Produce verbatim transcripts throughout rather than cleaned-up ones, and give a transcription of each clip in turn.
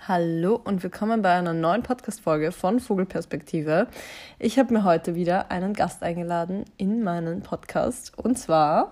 Hallo und willkommen bei einer neuen Podcast-Folge von Vogelperspektive. Ich habe mir heute wieder einen Gast eingeladen in meinen Podcast und zwar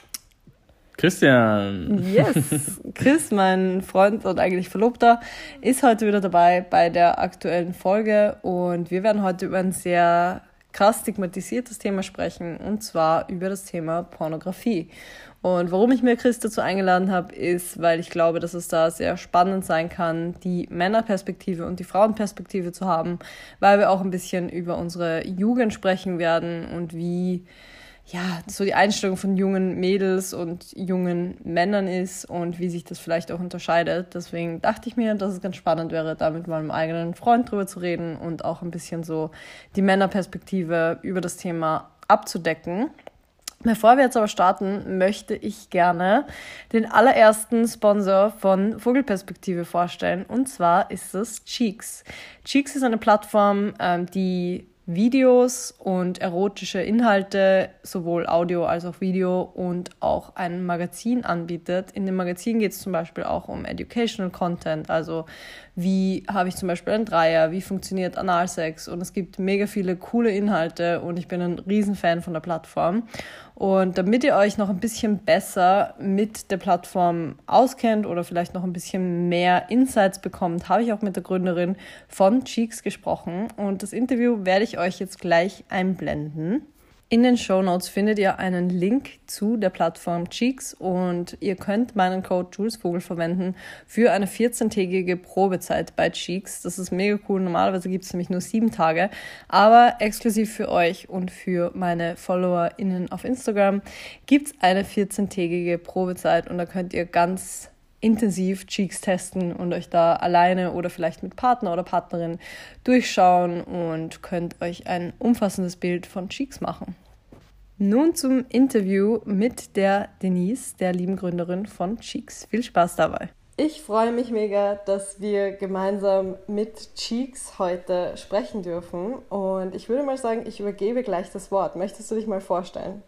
Christian. Yes, Chris, mein Freund und eigentlich Verlobter, ist heute wieder dabei bei der aktuellen Folge und wir werden heute über ein sehr krass stigmatisiertes Thema sprechen und zwar über das Thema Pornografie. Und warum ich mir Chris dazu eingeladen habe, ist, weil ich glaube, dass es da sehr spannend sein kann, die Männerperspektive und die Frauenperspektive zu haben, weil wir auch ein bisschen über unsere Jugend sprechen werden und wie ja so die Einstellung von jungen Mädels und jungen Männern ist und wie sich das vielleicht auch unterscheidet. Deswegen dachte ich mir, dass es ganz spannend wäre, da mit meinem eigenen Freund drüber zu reden und auch ein bisschen so die Männerperspektive über das Thema abzudecken. Bevor wir jetzt aber starten, möchte ich gerne den allerersten Sponsor von Vogelperspektive vorstellen. Und zwar ist es Cheeks. Cheeks ist eine Plattform, die Videos und erotische Inhalte, sowohl Audio als auch Video und auch ein Magazin anbietet. In dem Magazin geht es zum Beispiel auch um Educational Content, also wie habe ich zum Beispiel einen Dreier, wie funktioniert Analsex und es gibt mega viele coole Inhalte und ich bin ein Riesenfan von der Plattform. Und damit ihr euch noch ein bisschen besser mit der Plattform auskennt oder vielleicht noch ein bisschen mehr Insights bekommt, habe ich auch mit der Gründerin von Cheeks gesprochen und das Interview werde ich euch jetzt gleich einblenden. In den Shownotes findet ihr einen Link zu der Plattform Cheeks und ihr könnt meinen Code JulesVogel verwenden für eine vierzehntägige Probezeit bei Cheeks. Das ist mega cool. Normalerweise gibt es nämlich nur sieben Tage, aber exklusiv für euch und für meine FollowerInnen auf Instagram gibt es eine vierzehntägige Probezeit und da könnt ihr ganz intensiv Cheeks testen und euch da alleine oder vielleicht mit Partner oder Partnerin durchschauen und könnt euch ein umfassendes Bild von Cheeks machen. Nun zum Interview mit der Denise, der lieben Gründerin von Cheeks. Viel Spaß dabei. Ich freue mich mega, dass wir gemeinsam mit Cheeks heute sprechen dürfen und ich würde mal sagen, ich übergebe gleich das Wort. Möchtest du dich mal vorstellen?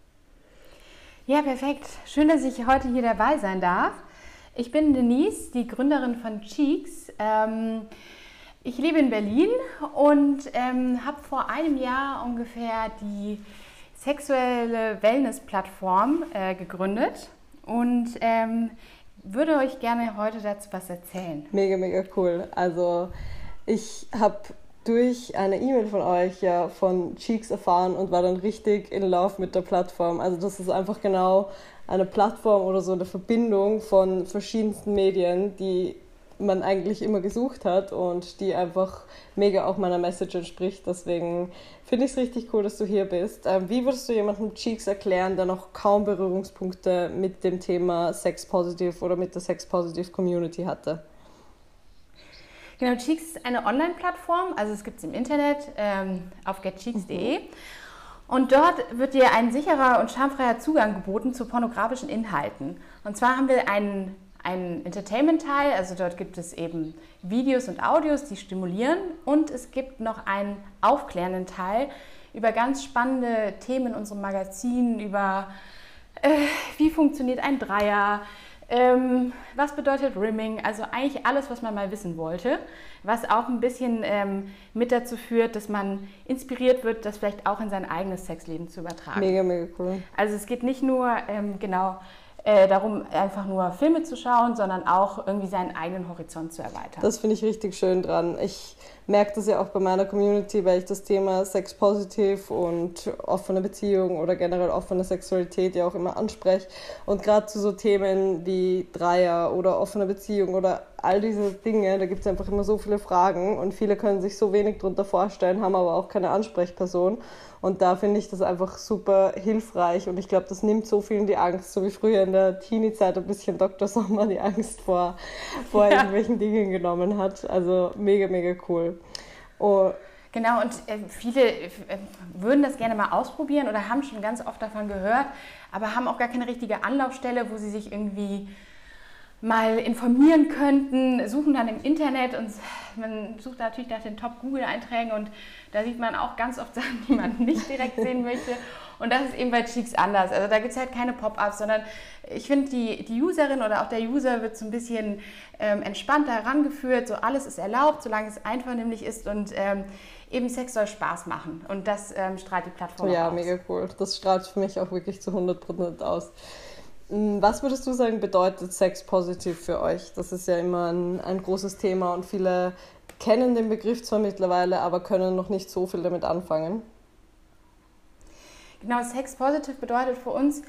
Ja, perfekt. Schön, dass ich heute hier dabei sein darf. Ich bin Denise, die Gründerin von Cheeks. Ähm, ich lebe in Berlin und ähm, habe vor einem Jahr ungefähr die sexuelle Wellness-Plattform äh, gegründet und ähm, würde euch gerne heute dazu was erzählen. Mega, mega cool. Also ich habe durch eine E-Mail von euch ja von Cheeks erfahren und war dann richtig in love mit der Plattform. Also das ist einfach genau eine Plattform oder so eine Verbindung von verschiedensten Medien, die man eigentlich immer gesucht hat und die einfach mega auch meiner Message entspricht. Deswegen finde ich es richtig cool, dass du hier bist. Ähm, wie würdest du jemandem Cheeks erklären, der noch kaum Berührungspunkte mit dem Thema Sex Positive oder mit der Sex Positive Community hatte? Genau, Cheeks ist eine Online-Plattform, also es gibt es im Internet ähm, auf get cheeks punkt de. Mhm. Und dort wird dir ein sicherer und schamfreier Zugang geboten zu pornografischen Inhalten. Und zwar haben wir einen, einen Entertainment-Teil, also dort gibt es eben Videos und Audios, die stimulieren. Und es gibt noch einen aufklärenden Teil über ganz spannende Themen in unserem Magazin, über äh, wie funktioniert ein Dreier, Ähm, was bedeutet Rimming? Also eigentlich alles, was man mal wissen wollte, was auch ein bisschen ähm, mit dazu führt, dass man inspiriert wird, das vielleicht auch in sein eigenes Sexleben zu übertragen. Mega, mega cool. Also es geht nicht nur ähm, genau äh, darum, einfach nur Filme zu schauen, sondern auch irgendwie seinen eigenen Horizont zu erweitern. Das finde ich richtig schön dran. Ich merke das ja auch bei meiner Community, weil ich das Thema Sex Positive und offene Beziehungen oder generell offene Sexualität ja auch immer anspreche. Und gerade zu so Themen wie Dreier oder offene Beziehung oder all diese Dinge, da gibt es einfach immer so viele Fragen und viele können sich so wenig darunter vorstellen, haben aber auch keine Ansprechperson. Und da finde ich das einfach super hilfreich und ich glaube, das nimmt so vielen die Angst, so wie früher in der Teenie-Zeit ein bisschen Doktor Sommer die Angst vor, vor ja. irgendwelchen Dingen genommen hat. Also mega, mega cool. Oh. Genau, und äh, viele äh, würden das gerne mal ausprobieren oder haben schon ganz oft davon gehört, aber haben auch gar keine richtige Anlaufstelle, wo sie sich irgendwie mal informieren könnten, suchen dann im Internet und man sucht natürlich nach den Top-Google-Einträgen und da sieht man auch ganz oft Sachen, die man nicht direkt sehen möchte. Und das ist eben bei Cheex anders. Also da gibt es halt keine Pop-ups, sondern ich finde, die, die Userin oder auch der User wird so ein bisschen ähm, entspannter herangeführt. So alles ist erlaubt, solange es einvernehmlich ist und ähm, eben Sex soll Spaß machen. Und das ähm, strahlt die Plattform ja, aus. Ja, mega cool. Das strahlt für mich auch wirklich zu hundert Prozent aus. Was würdest du sagen, bedeutet Sex Positive für euch? Das ist ja immer ein, ein großes Thema und viele kennen den Begriff zwar mittlerweile, aber können noch nicht so viel damit anfangen. Genau, Sex Positive bedeutet für uns,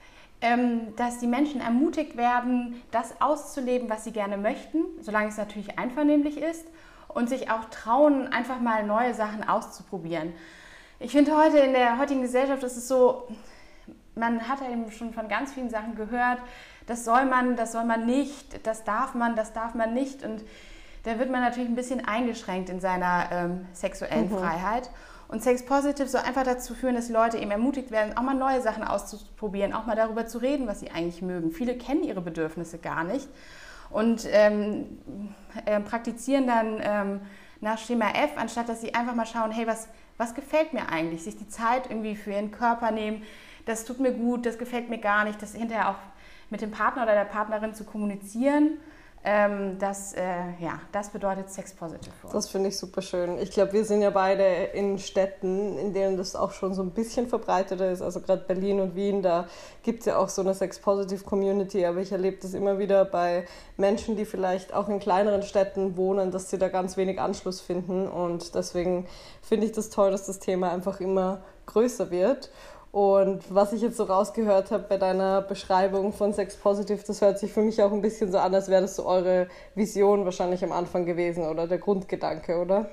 ähm, dass die Menschen ermutigt werden, das auszuleben, was sie gerne möchten, solange es natürlich einvernehmlich ist und sich auch trauen, einfach mal neue Sachen auszuprobieren. Ich finde heute in der heutigen Gesellschaft ist es so, man hat ja eben schon von ganz vielen Sachen gehört, das soll man, das soll man nicht, das darf man, das darf man nicht. Und da wird man natürlich ein bisschen eingeschränkt in seiner ähm, sexuellen mhm. Freiheit. Und Sex Positive soll einfach dazu führen, dass Leute eben ermutigt werden, auch mal neue Sachen auszuprobieren, auch mal darüber zu reden, was sie eigentlich mögen. Viele kennen ihre Bedürfnisse gar nicht und ähm, äh, praktizieren dann ähm, nach Schema F, anstatt dass sie einfach mal schauen, hey, was, was gefällt mir eigentlich? Sich die Zeit irgendwie für ihren Körper nehmen, das tut mir gut, das gefällt mir gar nicht, das hinterher auch mit dem Partner oder der Partnerin zu kommunizieren, ähm, das, äh, ja, das bedeutet Sex Positive für uns. Das finde ich super schön. Ich glaube, wir sind ja beide in Städten, in denen das auch schon so ein bisschen verbreiteter ist, also gerade Berlin und Wien, da gibt es ja auch so eine Sex Positive Community, aber ich erlebe das immer wieder bei Menschen, die vielleicht auch in kleineren Städten wohnen, dass sie da ganz wenig Anschluss finden und deswegen finde ich das toll, dass das Thema einfach immer größer wird. Und was ich jetzt so rausgehört habe bei deiner Beschreibung von Sex Positive, das hört sich für mich auch ein bisschen so an, als wäre das so eure Vision wahrscheinlich am Anfang gewesen oder der Grundgedanke, oder?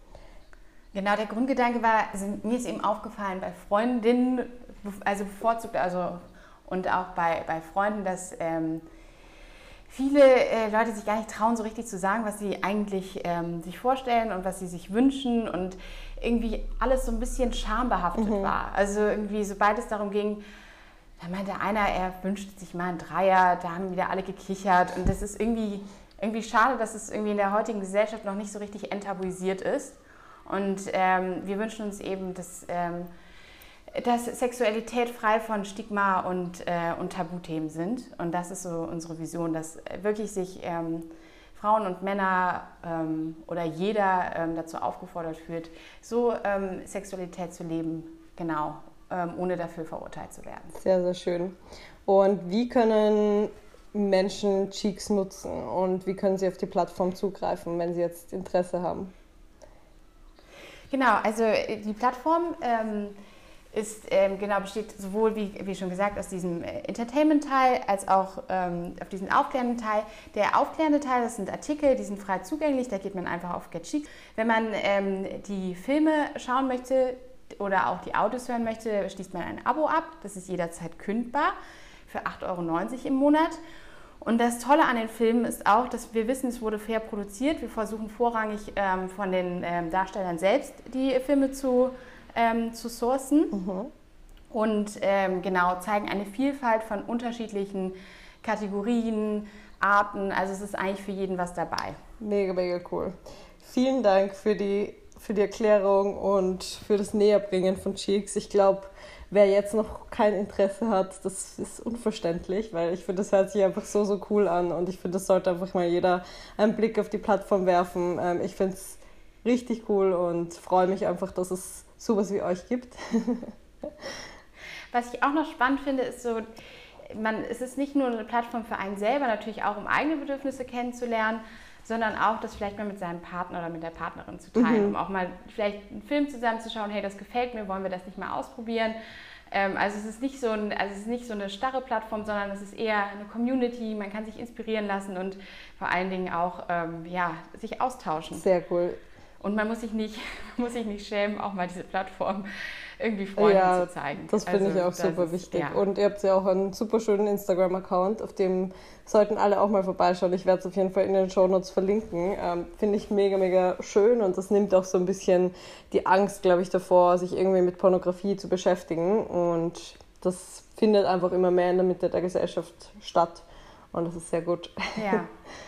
Genau, der Grundgedanke war, also mir ist eben aufgefallen bei Freundinnen, also bevorzugt, also und auch bei, bei Freunden, dass ähm, viele äh, Leute sich gar nicht trauen, so richtig zu sagen, was sie eigentlich ähm, sich vorstellen und was sie sich wünschen und irgendwie alles so ein bisschen schambehaftet mhm. war. Also irgendwie, sobald es darum ging, da meinte einer, er wünscht sich mal einen Dreier, da haben wieder alle gekichert und das ist irgendwie, irgendwie schade, dass es irgendwie in der heutigen Gesellschaft noch nicht so richtig enttabuisiert ist. Und ähm, wir wünschen uns eben, dass, ähm, dass Sexualität frei von Stigma und, äh, und Tabuthemen sind. Und das ist so unsere Vision, dass wirklich sich ähm, Frauen und Männer ähm, oder jeder ähm, dazu aufgefordert fühlt, so ähm, Sexualität zu leben, genau, ähm, ohne dafür verurteilt zu werden. Sehr, sehr schön. Und wie können Menschen Cheex nutzen und wie können sie auf die Plattform zugreifen, wenn sie jetzt Interesse haben? Genau, also die Plattform ähm, ist, ähm, genau, besteht sowohl, wie, wie schon gesagt, aus diesem Entertainment-Teil als auch ähm, auf diesen aufklärenden Teil. Der aufklärende Teil, das sind Artikel, die sind frei zugänglich, da geht man einfach auf Get Cheex. Wenn man ähm, die Filme schauen möchte oder auch die Audios hören möchte, schließt man ein Abo ab. Das ist jederzeit kündbar für acht Euro neunzig im Monat. Und das Tolle an den Filmen ist auch, dass wir wissen, es wurde fair produziert. Wir versuchen vorrangig ähm, von den ähm, Darstellern selbst die Filme zu, ähm, zu sourcen mhm. und ähm, genau zeigen eine Vielfalt von unterschiedlichen Kategorien, Arten. Also es ist eigentlich für jeden was dabei. Mega, mega cool. Vielen Dank für die, für die Erklärung und für das Näherbringen von Cheex. Ich glaube, wer jetzt noch kein Interesse hat, das ist unverständlich, weil ich finde, das hört sich einfach so, so cool an und ich finde, das sollte einfach mal jeder einen Blick auf die Plattform werfen. Ich finde es richtig cool und freue mich einfach, dass es sowas wie euch gibt. Was ich auch noch spannend finde, ist so, man, es ist nicht nur eine Plattform für einen selber, natürlich auch um eigene Bedürfnisse kennenzulernen, sondern auch, das vielleicht mal mit seinem Partner oder mit der Partnerin zu teilen, mhm. um auch mal vielleicht einen Film zusammenzuschauen, hey, das gefällt mir, wollen wir das nicht mal ausprobieren? Ähm, also es ist nicht so ein, also es ist nicht so eine starre Plattform, sondern es ist eher eine Community, man kann sich inspirieren lassen und vor allen Dingen auch ähm, ja, sich austauschen. Sehr cool. Und man muss sich nicht, muss sich nicht schämen, auch mal diese Plattform irgendwie Freunden ja, zu zeigen. Das finde also, ich auch super ist, wichtig. Ja. Und ihr habt ja auch einen super schönen Instagram-Account, auf dem sollten alle auch mal vorbeischauen. Ich werde es auf jeden Fall in den Shownotes verlinken. Ähm, finde ich mega, mega schön und das nimmt auch so ein bisschen die Angst, glaube ich, davor, sich irgendwie mit Pornografie zu beschäftigen. Und das findet einfach immer mehr in der Mitte der Gesellschaft statt. Und das ist sehr gut. Ja.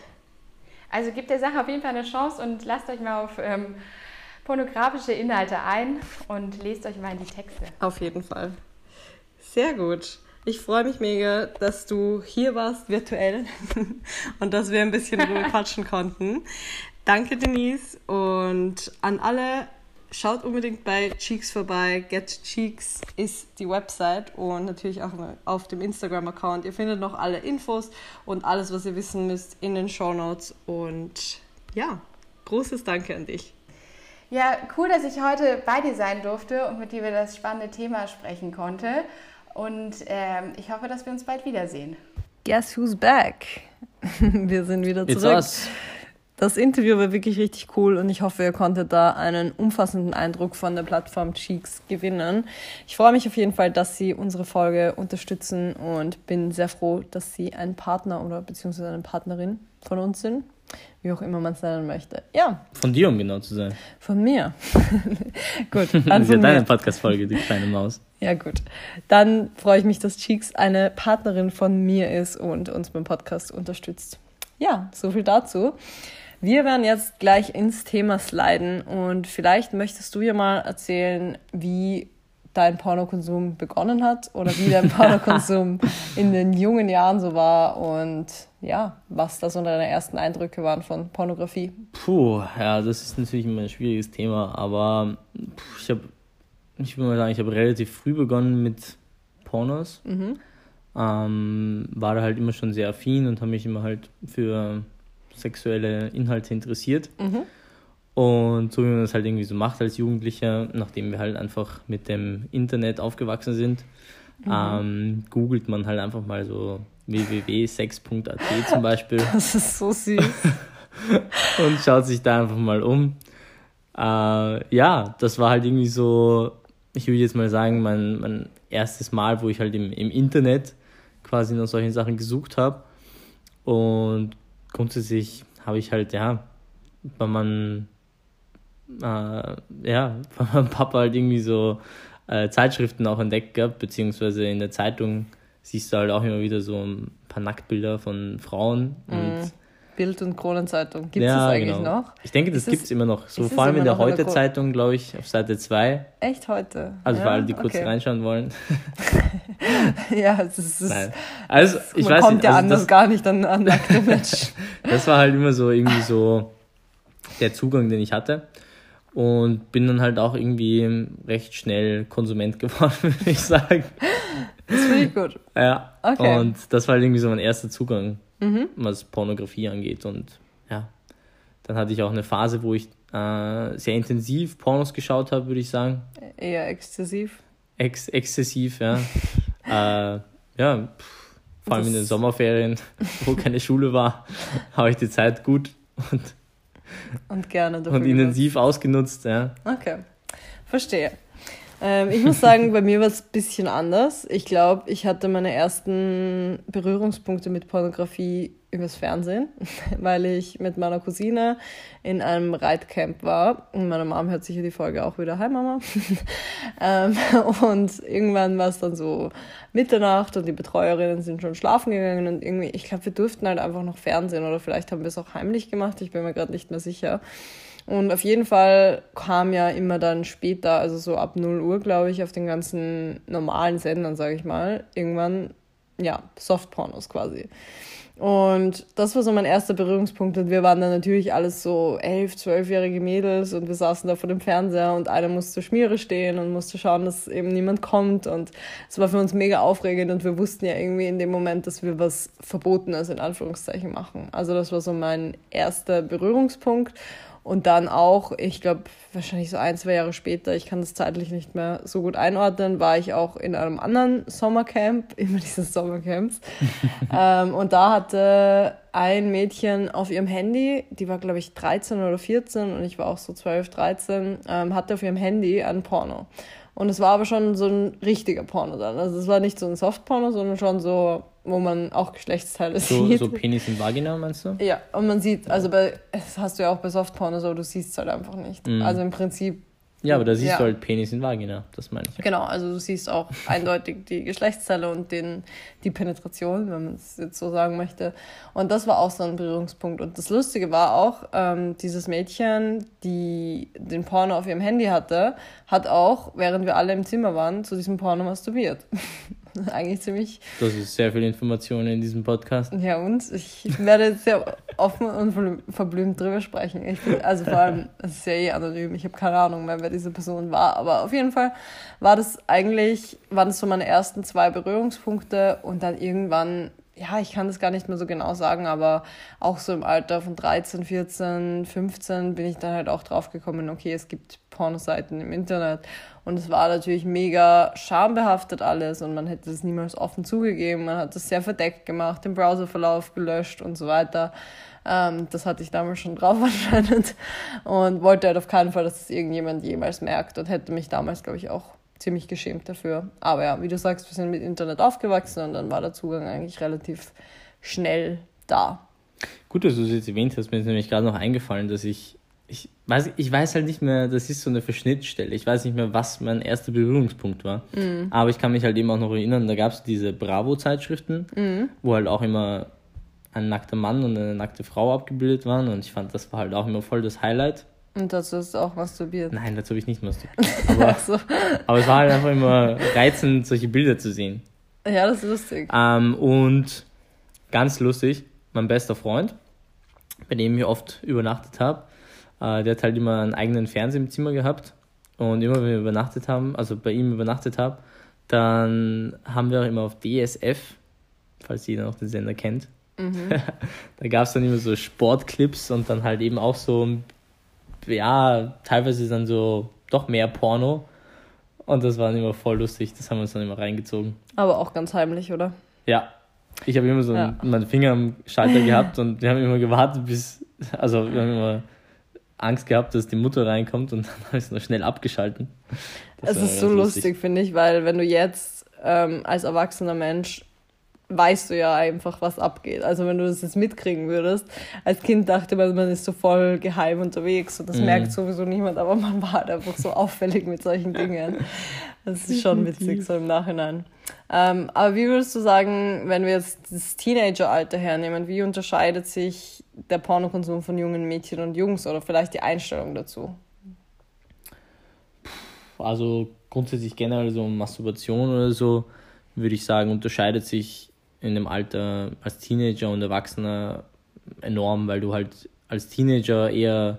Also gebt der Sache auf jeden Fall eine Chance und lasst euch mal auf ähm, pornografische Inhalte ein und lest euch mal in die Texte. Auf jeden Fall. Sehr gut. Ich freue mich mega, dass du hier warst, virtuell, und dass wir ein bisschen drüber quatschen konnten. Danke, Denise. Und an alle, schaut unbedingt bei Cheeks vorbei. Get Cheeks ist die Website und natürlich auch auf dem Instagram-Account. Ihr findet noch alle Infos und alles, was ihr wissen müsst, in den Shownotes. Und ja, großes Danke an dich. Ja, cool, dass ich heute bei dir sein durfte und mit dir über das spannende Thema sprechen konnte. Und ähm, ich hoffe, dass wir uns bald wiedersehen. Guess who's back? Wir sind wieder zurück. Das Interview war wirklich richtig cool und ich hoffe, ihr konntet da einen umfassenden Eindruck von der Plattform Cheeks gewinnen. Ich freue mich auf jeden Fall, dass Sie unsere Folge unterstützen und bin sehr froh, dass Sie ein Partner oder beziehungsweise eine Partnerin von uns sind. Wie auch immer man es nennen möchte. Ja. Von dir, um genau zu sein. Von mir. Gut. Das ist ja deine Podcast-Folge, die kleine Maus. Ja, gut. Dann freue ich mich, dass Cheeks eine Partnerin von mir ist und uns beim Podcast unterstützt. Ja, so viel dazu. Wir werden jetzt gleich ins Thema sliden und vielleicht möchtest du ja mal erzählen, wie dein Pornokonsum begonnen hat oder wie dein Pornokonsum in den jungen Jahren so war und ja, was da so deine ersten Eindrücke waren von Pornografie. Puh, ja, das ist natürlich immer ein schwieriges Thema, aber ich habe, ich würde mal sagen, ich habe relativ früh begonnen mit Pornos. Mhm. Ähm, war da halt immer schon sehr affin und habe mich immer halt für sexuelle Inhalte interessiert. Mhm. Und so wie man das halt irgendwie so macht als Jugendlicher, nachdem wir halt einfach mit dem Internet aufgewachsen sind, mhm. ähm, googelt man halt einfach mal so w w w punkt sex punkt a t zum Beispiel. Das ist so süß. Und schaut sich da einfach mal um. Äh, ja, das war halt irgendwie so, ich würde jetzt mal sagen, mein, mein erstes Mal, wo ich halt im, im Internet quasi nach solchen Sachen gesucht habe. Und grundsätzlich habe ich halt, ja, weil man Äh, ja, von meinem Papa halt irgendwie so äh, Zeitschriften auch entdeckt gehabt, beziehungsweise in der Zeitung siehst du halt auch immer wieder so ein paar Nacktbilder von Frauen. Mm. Und Bild- und Kronenzeitung. Gibt es ja, das eigentlich genau. noch? Ich denke, das gibt es immer noch. So vor allem in der Heute-Zeitung, glaube ich, auf Seite zwei. Echt heute? Also ja? für alle, die kurz okay. reinschauen wollen. Ja, es ist... Nein. Also, ich man weiß kommt nicht, ja also anders das, gar nicht an, an nackte Menschen. Das war halt immer so irgendwie so der Zugang, den ich hatte. Und bin dann halt auch irgendwie recht schnell Konsument geworden, würde ich sagen. Das finde ich gut. Ja, okay. Und das war halt irgendwie so mein erster Zugang, mhm. was Pornografie angeht. Und ja, dann hatte ich auch eine Phase, wo ich äh, sehr intensiv Pornos geschaut habe, würde ich sagen. Eher exzessiv. Ex- exzessiv, ja. äh, ja, pff, vor allem das in den Sommerferien, wo keine Schule war, habe ich die Zeit gut und Und gerne dafür Und intensiv genutzt. ausgenutzt, ja. Okay, verstehe. Ähm, ich muss sagen, bei mir war es ein bisschen anders. Ich glaube, ich hatte meine ersten Berührungspunkte mit Pornografie übers Fernsehen, weil ich mit meiner Cousine in einem Reitcamp war. Und meine Mom hört sicher die Folge auch wieder. Hi Mama. ähm, und irgendwann war es dann so Mitternacht und die Betreuerinnen sind schon schlafen gegangen und irgendwie, ich glaube, wir durften halt einfach noch Fernsehen oder vielleicht haben wir es auch heimlich gemacht. Ich bin mir gerade nicht mehr sicher. Und auf jeden Fall kam ja immer dann später, also so ab null Uhr, glaube ich, auf den ganzen normalen Sendern, sage ich mal, irgendwann, ja, Softpornos quasi. Und das war so mein erster Berührungspunkt und wir waren dann natürlich alles so elf-, zwölfjährige Mädels und wir saßen da vor dem Fernseher und einer musste zur Schmiere stehen und musste schauen, dass eben niemand kommt und es war für uns mega aufregend und wir wussten ja irgendwie in dem Moment, dass wir was Verbotenes in Anführungszeichen machen. Also das war so mein erster Berührungspunkt. Und dann auch, ich glaube, wahrscheinlich so ein, zwei Jahre später, ich kann das zeitlich nicht mehr so gut einordnen, war ich auch in einem anderen Sommercamp, immer diese Sommercamps. ähm, und da hatte ein Mädchen auf ihrem Handy, die war, glaube ich, dreizehn oder vierzehn und ich war auch so zwölf, dreizehn, ähm, hatte auf ihrem Handy ein Porno. Und es war aber schon so ein richtiger Porno dann. Also es war nicht so ein Softporno, sondern schon so, wo man auch Geschlechtsteile so, sieht. So Penis und Vagina, meinst du? Ja, und man sieht, also bei, das hast du ja auch bei Softporno so, du siehst es halt einfach nicht. Mhm. Also im Prinzip Ja, aber da siehst ja. du halt Penis in Vagina, das meine ich. Genau, also du siehst auch eindeutig die Geschlechtsteile und den, die Penetration, wenn man es jetzt so sagen möchte. Und das war auch so ein Berührungspunkt. Und das Lustige war auch, ähm, dieses Mädchen, die den Porno auf ihrem Handy hatte, hat auch, während wir alle im Zimmer waren, zu diesem Porno masturbiert. Eigentlich ziemlich... Das ist sehr viel Information in diesem Podcast. Ja, und ich werde jetzt sehr offen und verblümt drüber sprechen. Ich bin, also vor allem, es ist ja eh anonym, ich habe keine Ahnung mehr, wer diese Person war, aber auf jeden Fall war das eigentlich, waren das so meine ersten zwei Berührungspunkte und dann irgendwann, ja, ich kann das gar nicht mehr so genau sagen, aber auch so im Alter von dreizehn, vierzehn, fünfzehn bin ich dann halt auch drauf gekommen, okay, es gibt Pornoseiten im Internet und es war natürlich mega schambehaftet alles und man hätte das niemals offen zugegeben, man hat das sehr verdeckt gemacht, den Browserverlauf gelöscht und so weiter. Ähm, das hatte ich damals schon drauf anscheinend und wollte halt auf keinen Fall, dass das irgendjemand jemals merkt und hätte mich damals, glaube ich, auch ziemlich geschämt dafür. Aber ja, wie du sagst, wir sind mit Internet aufgewachsen und dann war der Zugang eigentlich relativ schnell da. Gut, dass du es jetzt erwähnt hast, mir ist nämlich gerade noch eingefallen, dass ich, ich weiß, ich weiß halt nicht mehr, das ist so eine Verschnittstelle, ich weiß nicht mehr, was mein erster Berührungspunkt war, mhm. aber ich kann mich halt eben auch noch erinnern, da gab es diese Bravo-Zeitschriften, mhm. wo halt auch immer ein nackter Mann und eine nackte Frau abgebildet waren und ich fand, das war halt auch immer voll das Highlight. Und dazu hast du auch masturbiert? Nein, dazu habe ich nicht masturbiert. Aber, so. aber es war halt einfach immer reizend, solche Bilder zu sehen. Ja, das ist lustig. Ähm, und ganz lustig, mein bester Freund, bei dem ich oft übernachtet habe, äh, der hat halt immer einen eigenen Fernseher im Zimmer gehabt. Und immer, wenn wir übernachtet haben, also bei ihm übernachtet habe, dann haben wir auch immer auf D S F, falls jeder noch den Sender kennt, mhm. da gab es dann immer so Sportclips und dann halt eben auch so, ja, teilweise dann so doch mehr Porno. Und das war dann immer voll lustig, das haben wir uns dann immer reingezogen. Aber auch ganz heimlich, oder? Ja, ich habe immer so ja. einen, meinen Finger am Schalter gehabt und wir haben immer gewartet, bis, also wir haben immer Angst gehabt, dass die Mutter reinkommt und dann habe ich es noch schnell abgeschalten. Das es ist so lustig, lustig finde ich, weil wenn du jetzt ähm, als erwachsener Mensch weißt du ja einfach, was abgeht. Also wenn du das jetzt mitkriegen würdest, als Kind dachte man, man ist so voll geheim unterwegs und das mhm. merkt sowieso niemand, aber man war halt einfach so auffällig mit solchen Dingen. Das ist schon witzig, so im Nachhinein. Ähm, aber wie würdest du sagen, wenn wir jetzt das Teenageralter hernehmen, wie unterscheidet sich der Pornokonsum von jungen Mädchen und Jungs oder vielleicht die Einstellung dazu? Also grundsätzlich generell so Masturbation oder so, würde ich sagen, unterscheidet sich in dem Alter als Teenager und Erwachsener enorm, weil du halt als Teenager eher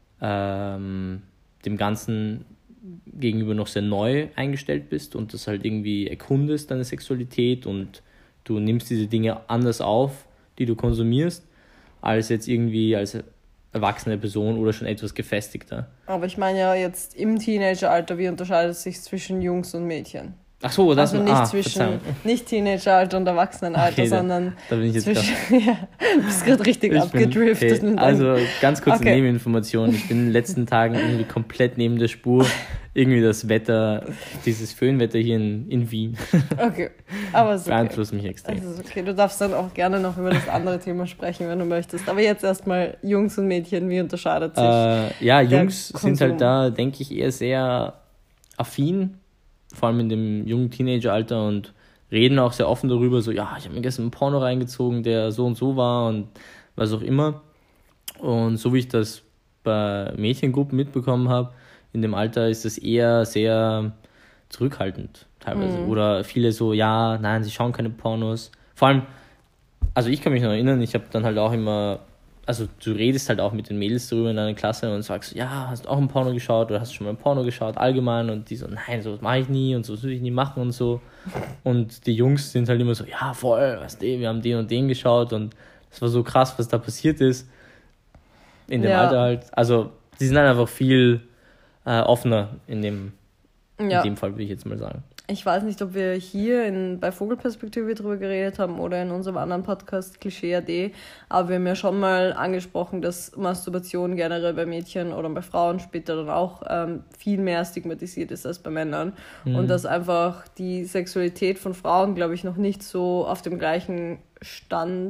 ähm, dem Ganzen gegenüber noch sehr neu eingestellt bist und das halt irgendwie erkundest, deine Sexualität, und du nimmst diese Dinge anders auf, die du konsumierst, als jetzt irgendwie als erwachsene Person oder schon etwas gefestigter. Aber ich meine ja jetzt im Teenageralter, wie unterscheidet es sich zwischen Jungs und Mädchen? Ach so, das also nicht ah, zwischen Verzeihung. Nicht Teenageralter und Erwachsenenalter, okay, da, sondern da bin ich jetzt zwischen, ja, du bist gerade richtig ich abgedriftet. Bin, okay, also ganz kurze okay. Nebeninformation, ich bin in den letzten Tagen irgendwie komplett neben der Spur. Irgendwie das Wetter, dieses Föhnwetter hier in, in Wien. Okay, aber es ist okay. Beeinflusst mich extrem. Also ist okay, du darfst dann auch gerne noch über das andere Thema sprechen, wenn du möchtest. Aber jetzt erstmal Jungs und Mädchen, wie unterscheidet sich äh, Ja, Jungs Konsum? Sind halt da, denke ich, eher sehr affin, vor allem in dem jungen Teenageralter, und reden auch sehr offen darüber, so, ja, ich habe mir gestern einen Porno reingezogen, der so und so war und was auch immer. Und so wie ich das bei Mädchengruppen mitbekommen habe, in dem Alter ist das eher sehr zurückhaltend teilweise. Mhm. Oder viele so, ja, nein, sie schauen keine Pornos. Vor allem, also ich kann mich noch erinnern, ich habe dann halt auch immer, also du redest halt auch mit den Mädels darüber in deiner Klasse und sagst, ja, hast du auch ein Porno geschaut oder hast du schon mal ein Porno geschaut, allgemein? Und die so, nein, so mache ich nie und so würde ich nie machen und so. Und die Jungs sind halt immer so, ja, voll, weißt du, wir haben den und den geschaut und das war so krass, was da passiert ist. In dem ja. Alter halt. Also, die sind halt einfach viel äh, offener in dem, ja. in dem Fall, würde ich jetzt mal sagen. Ich weiß nicht, ob wir hier in, bei Vogelperspektive drüber geredet haben oder in unserem anderen Podcast Klischee A D, aber wir haben ja schon mal angesprochen, dass Masturbation generell bei Mädchen oder bei Frauen später dann auch ähm, viel mehr stigmatisiert ist als bei Männern. Mhm. Und dass einfach die Sexualität von Frauen, glaube ich, noch nicht so auf dem gleichen Stand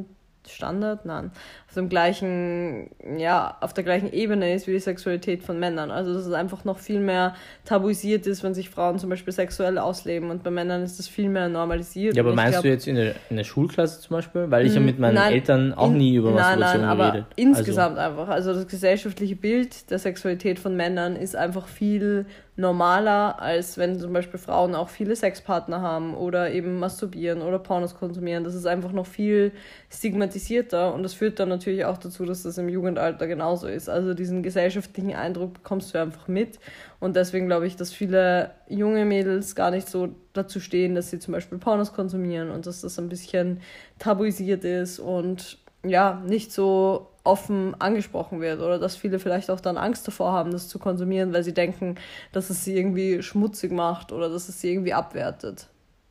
Standard, nein, auf dem gleichen, ja, auf der gleichen Ebene ist wie die Sexualität von Männern. Also dass es einfach noch viel mehr tabuisiert ist, wenn sich Frauen zum Beispiel sexuell ausleben und bei Männern ist das viel mehr normalisiert. Ja, aber und meinst glaub, du jetzt in der, in der Schulklasse zum Beispiel? Weil ich ja mit meinen nein, Eltern auch in, nie über nein, Masturbation nein, aber geredet. insgesamt also. einfach. Also das gesellschaftliche Bild der Sexualität von Männern ist einfach viel normaler, als wenn zum Beispiel Frauen auch viele Sexpartner haben oder eben masturbieren oder Pornos konsumieren. Das ist einfach noch viel stigmatisierter und das führt dann natürlich auch dazu, dass das im Jugendalter genauso ist. Also diesen gesellschaftlichen Eindruck bekommst du einfach mit und deswegen glaube ich, dass viele junge Mädels gar nicht so dazu stehen, dass sie zum Beispiel Pornos konsumieren und dass das ein bisschen tabuisiert ist und ja, nicht so offen angesprochen wird oder dass viele vielleicht auch dann Angst davor haben, das zu konsumieren, weil sie denken, dass es sie irgendwie schmutzig macht oder dass es sie irgendwie abwertet.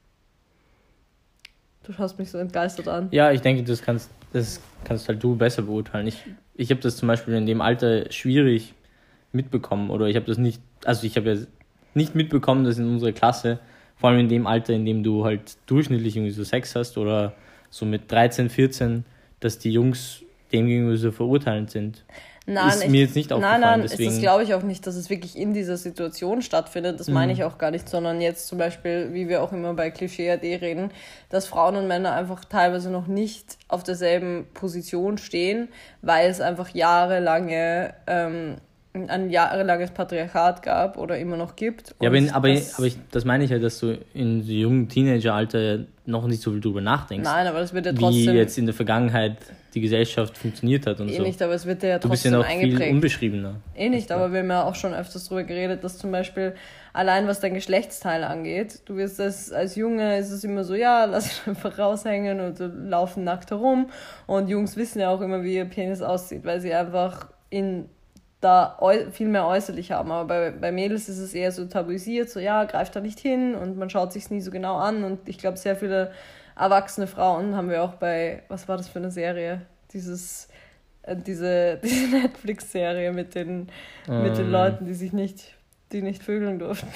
Du schaust mich so entgeistert an. Ja, ich denke, das kannst, das kannst halt du besser beurteilen. Ich, ich habe das zum Beispiel in dem Alter schwierig mitbekommen oder ich habe das nicht, also ich habe ja nicht mitbekommen, dass in unserer Klasse, vor allem in dem Alter, in dem du halt durchschnittlich irgendwie so Sex hast oder so mit dreizehn, vierzehn, dass die Jungs dem gegenüber so verurteilend sind. Nein, ist ich, mir jetzt nicht aufgefallen. Nein, nein, deswegen. das glaube ich auch nicht, dass es wirklich in dieser Situation stattfindet. Das meine ich auch gar nicht, sondern jetzt zum Beispiel, wie wir auch immer bei Klischee A D reden, dass Frauen und Männer einfach teilweise noch nicht auf derselben Position stehen, weil es einfach jahrelange ähm, ein jahrelanges Patriarchat gab oder immer noch gibt. Ja, aber, in, aber, das, aber ich, das meine ich ja, dass du in so jungen Teenageralter noch nicht so viel drüber nachdenkst. Nein, aber das wird ja trotzdem... Wie jetzt in der Vergangenheit die Gesellschaft funktioniert hat und eh so. nicht, aber es wird ja du bist trotzdem ja noch eingeprägt. viel unbeschriebener. Eh nicht, aber wir haben ja auch schon öfters darüber geredet, dass zum Beispiel allein was dein Geschlechtsteil angeht, du wirst das als Junge, ist es immer so, ja, lass ihn einfach raushängen und laufen nackt herum und Jungs wissen ja auch immer, wie ihr Penis aussieht, weil sie einfach in da äu- viel mehr äußerlich haben, aber bei, bei Mädels ist es eher so tabuisiert, so ja, greift da nicht hin und man schaut sich's nie so genau an und ich glaube, sehr viele erwachsene Frauen haben wir auch bei, was war das für eine Serie? Dieses, äh, diese, diese Netflix-Serie mit den, um. mit den Leuten, die sich nicht, die nicht vögeln durften.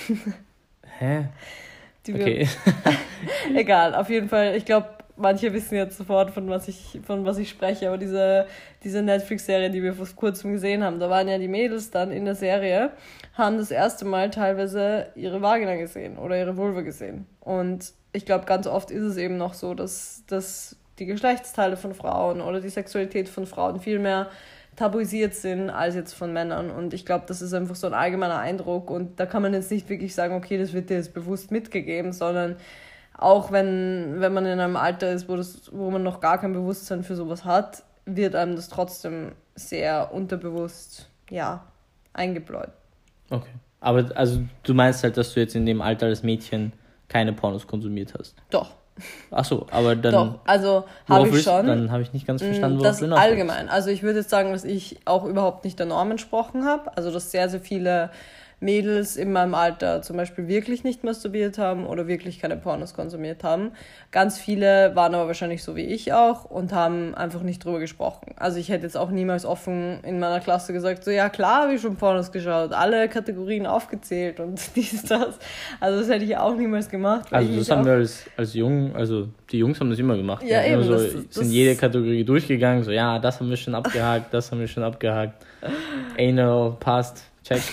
Hä? Die okay. wir, egal, auf jeden Fall, ich glaube, manche wissen jetzt sofort, von was ich, von was ich spreche, aber diese, diese Netflix-Serie, die wir vor kurzem gesehen haben, da waren ja die Mädels dann in der Serie, haben das erste Mal teilweise ihre Vagina gesehen oder ihre Vulva gesehen. Und ich glaube, ganz oft ist es eben noch so, dass, dass die Geschlechtsteile von Frauen oder die Sexualität von Frauen viel mehr tabuisiert sind als jetzt von Männern. Und ich glaube, das ist einfach so ein allgemeiner Eindruck. Und da kann man jetzt nicht wirklich sagen, okay, das wird dir jetzt bewusst mitgegeben, sondern auch wenn, wenn man in einem Alter ist, wo, das, wo man noch gar kein Bewusstsein für sowas hat, wird einem das trotzdem sehr unterbewusst, ja, eingebläut. Okay. Aber also du meinst halt, dass du jetzt in dem Alter als Mädchen keine Pornos konsumiert hast? Doch. Ach so, aber dann... Doch, also habe ich schon. Dann habe ich nicht ganz verstanden, worauf das du hinaus willst. allgemein. Also ich würde jetzt sagen, dass ich auch überhaupt nicht der Norm entsprochen habe. Also dass sehr, sehr viele Mädels in meinem Alter zum Beispiel wirklich nicht masturbiert haben oder wirklich keine Pornos konsumiert haben. Ganz viele waren aber wahrscheinlich so wie ich auch und haben einfach nicht drüber gesprochen. Also ich hätte jetzt auch niemals offen in meiner Klasse gesagt, so ja klar, habe ich schon Pornos geschaut, alle Kategorien aufgezählt und dies, das. Also das hätte ich auch niemals gemacht. Also das haben wir als, als Jungen, also die Jungs haben das immer gemacht. Ja, eben. So, das, sind das jede Kategorie durchgegangen, so ja, das haben wir schon abgehakt, das haben wir schon abgehakt. Anal, passt, check.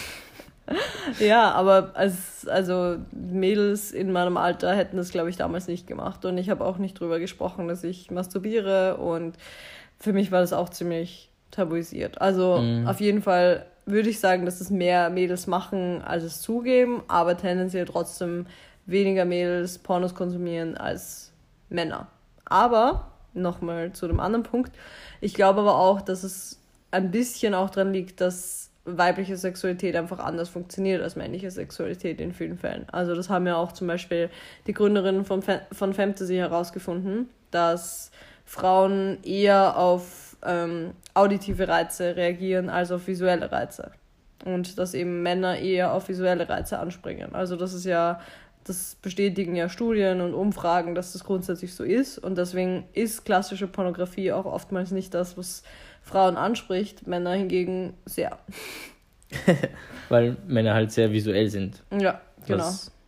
Ja, aber als, also Mädels in meinem Alter hätten das, glaube ich, damals nicht gemacht. Und ich habe auch nicht drüber gesprochen, dass ich masturbiere. Und für mich war das auch ziemlich tabuisiert. Also mhm. auf jeden Fall würde ich sagen, dass es mehr Mädels machen, als es zugeben. Aber tendenziell trotzdem weniger Mädels Pornos konsumieren als Männer. Aber, nochmal zu dem anderen Punkt, ich glaube aber auch, dass es ein bisschen auch daran liegt, dass weibliche Sexualität einfach anders funktioniert als männliche Sexualität in vielen Fällen. Also das haben ja auch zum Beispiel die Gründerinnen von, von Fantasy herausgefunden, dass Frauen eher auf ähm, auditive Reize reagieren als auf visuelle Reize. Und dass eben Männer eher auf visuelle Reize anspringen. Also das ist ja, das bestätigen ja Studien und Umfragen, dass das grundsätzlich so ist. Und deswegen ist klassische Pornografie auch oftmals nicht das, was Frauen anspricht, Männer hingegen sehr. Weil Männer halt sehr visuell sind. Ja, genau. Was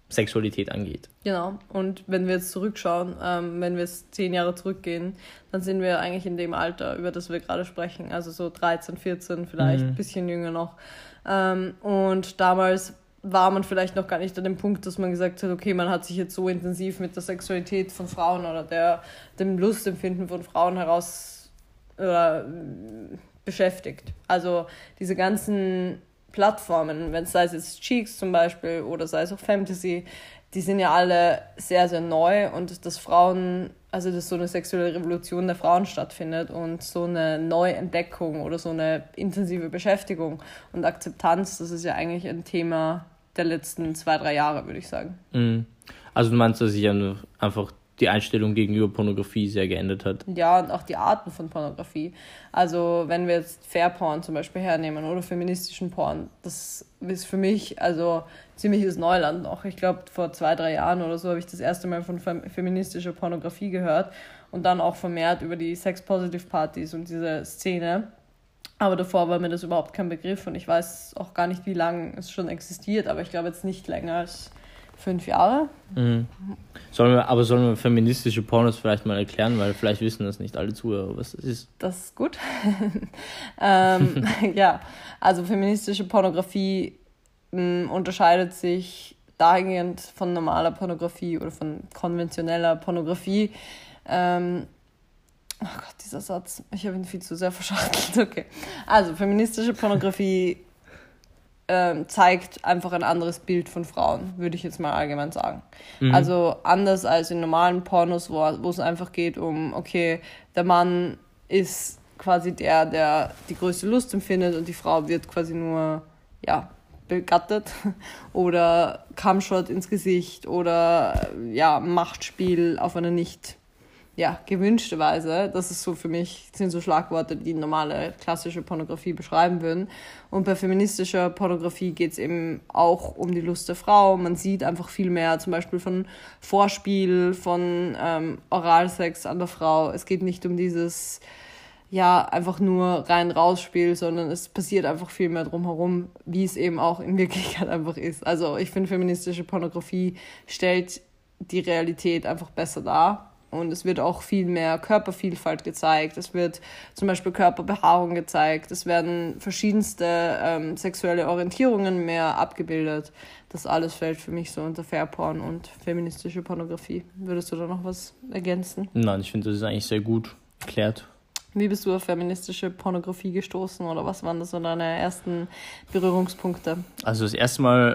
Sexualität angeht. Genau. Und wenn wir jetzt zurückschauen, ähm, wenn wir jetzt zehn Jahre zurückgehen, dann sind wir eigentlich in dem Alter, über das wir gerade sprechen. Also so dreizehn, vierzehn, vielleicht ein Mhm. bisschen jünger noch. Ähm, und damals war man vielleicht noch gar nicht an dem Punkt, dass man gesagt hat, okay, man hat sich jetzt so intensiv mit der Sexualität von Frauen oder der, dem Lustempfinden von Frauen heraus oder, äh, beschäftigt. Also diese ganzen Plattformen, wenn es sei es jetzt Cheeks zum Beispiel oder sei es auch Fantasy, die sind ja alle sehr, sehr neu und dass Frauen, also dass so eine sexuelle Revolution der Frauen stattfindet und so eine Neuentdeckung oder so eine intensive Beschäftigung und Akzeptanz, das ist ja eigentlich ein Thema der letzten zwei, drei Jahre, würde ich sagen. Mhm. Also du meinst, dass sich einfach die Einstellung gegenüber Pornografie sehr geändert hat? Ja, und auch die Arten von Pornografie. Also wenn wir jetzt Fair-Porn zum Beispiel hernehmen oder feministischen Porn, das ist für mich also ziemliches Neuland noch. Ich glaube, vor zwei, drei Jahren oder so habe ich das erste Mal von fem- feministischer Pornografie gehört und dann auch vermehrt über die Sex-Positive-Partys und diese Szene. Aber davor war mir das überhaupt kein Begriff und ich weiß auch gar nicht, wie lange es schon existiert, aber ich glaube jetzt nicht länger als fünf Jahre. Mhm. Sollen wir, aber sollen wir feministische Pornos vielleicht mal erklären, weil vielleicht wissen das nicht alle Zuhörer, was das ist. Das ist gut. ähm, ja, also feministische Pornografie mh, unterscheidet sich dahingehend von normaler Pornografie oder von konventioneller Pornografie. Ähm, oh Gott, dieser Satz, ich habe ihn viel zu sehr verschachtelt. Okay, also feministische Pornografie ähm, zeigt einfach ein anderes Bild von Frauen, würde ich jetzt mal allgemein sagen. Mhm. Also anders als in normalen Pornos, wo, wo es einfach geht um, okay, der Mann ist quasi der, der die größte Lust empfindet und die Frau wird quasi nur, ja, begattet oder Cumshot ins Gesicht oder, ja, Machtspiel auf eine nicht ja, gewünschte Weise. Das ist so für mich, sind so Schlagworte, die normale klassische Pornografie beschreiben würden. Und bei feministischer Pornografie geht es eben auch um die Lust der Frau. Man sieht einfach viel mehr zum Beispiel von Vorspiel, von ähm, Oralsex an der Frau. Es geht nicht um dieses, ja, einfach nur rein-raus-Spiel, sondern es passiert einfach viel mehr drumherum, wie es eben auch in Wirklichkeit einfach ist. Also ich finde, feministische Pornografie stellt die Realität einfach besser dar. Und es wird auch viel mehr Körpervielfalt gezeigt. Es wird zum Beispiel Körperbehaarung gezeigt. Es werden verschiedenste ähm, sexuelle Orientierungen mehr abgebildet. Das alles fällt für mich so unter Fairporn und feministische Pornografie. Würdest du da noch was ergänzen? Nein, ich finde, das ist eigentlich sehr gut erklärt. Wie bist du auf feministische Pornografie gestoßen oder was waren das so deine ersten Berührungspunkte? Also das erste Mal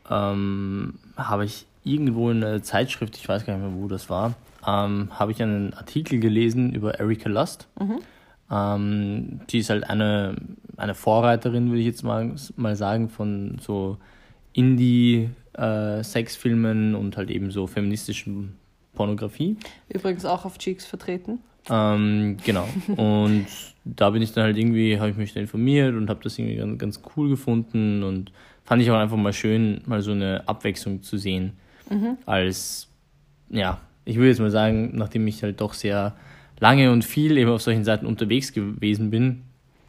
ähm, habe ich irgendwo in einer Zeitschrift, ich weiß gar nicht mehr, wo das war, ähm, habe ich einen Artikel gelesen über Erika Lust. Mhm. Ähm, die ist halt eine, eine Vorreiterin, würde ich jetzt mal, mal sagen, von so Indie-Sexfilmen äh, und halt eben so feministischen Pornografie. Übrigens auch auf Cheeks vertreten. Ähm, genau. Und da bin ich dann halt irgendwie, habe ich mich da informiert und habe das irgendwie ganz, ganz cool gefunden und fand ich auch einfach mal schön, mal so eine Abwechslung zu sehen. Mhm. Als, ja, ich würde jetzt mal sagen, nachdem ich halt doch sehr lange und viel eben auf solchen Seiten unterwegs gewesen bin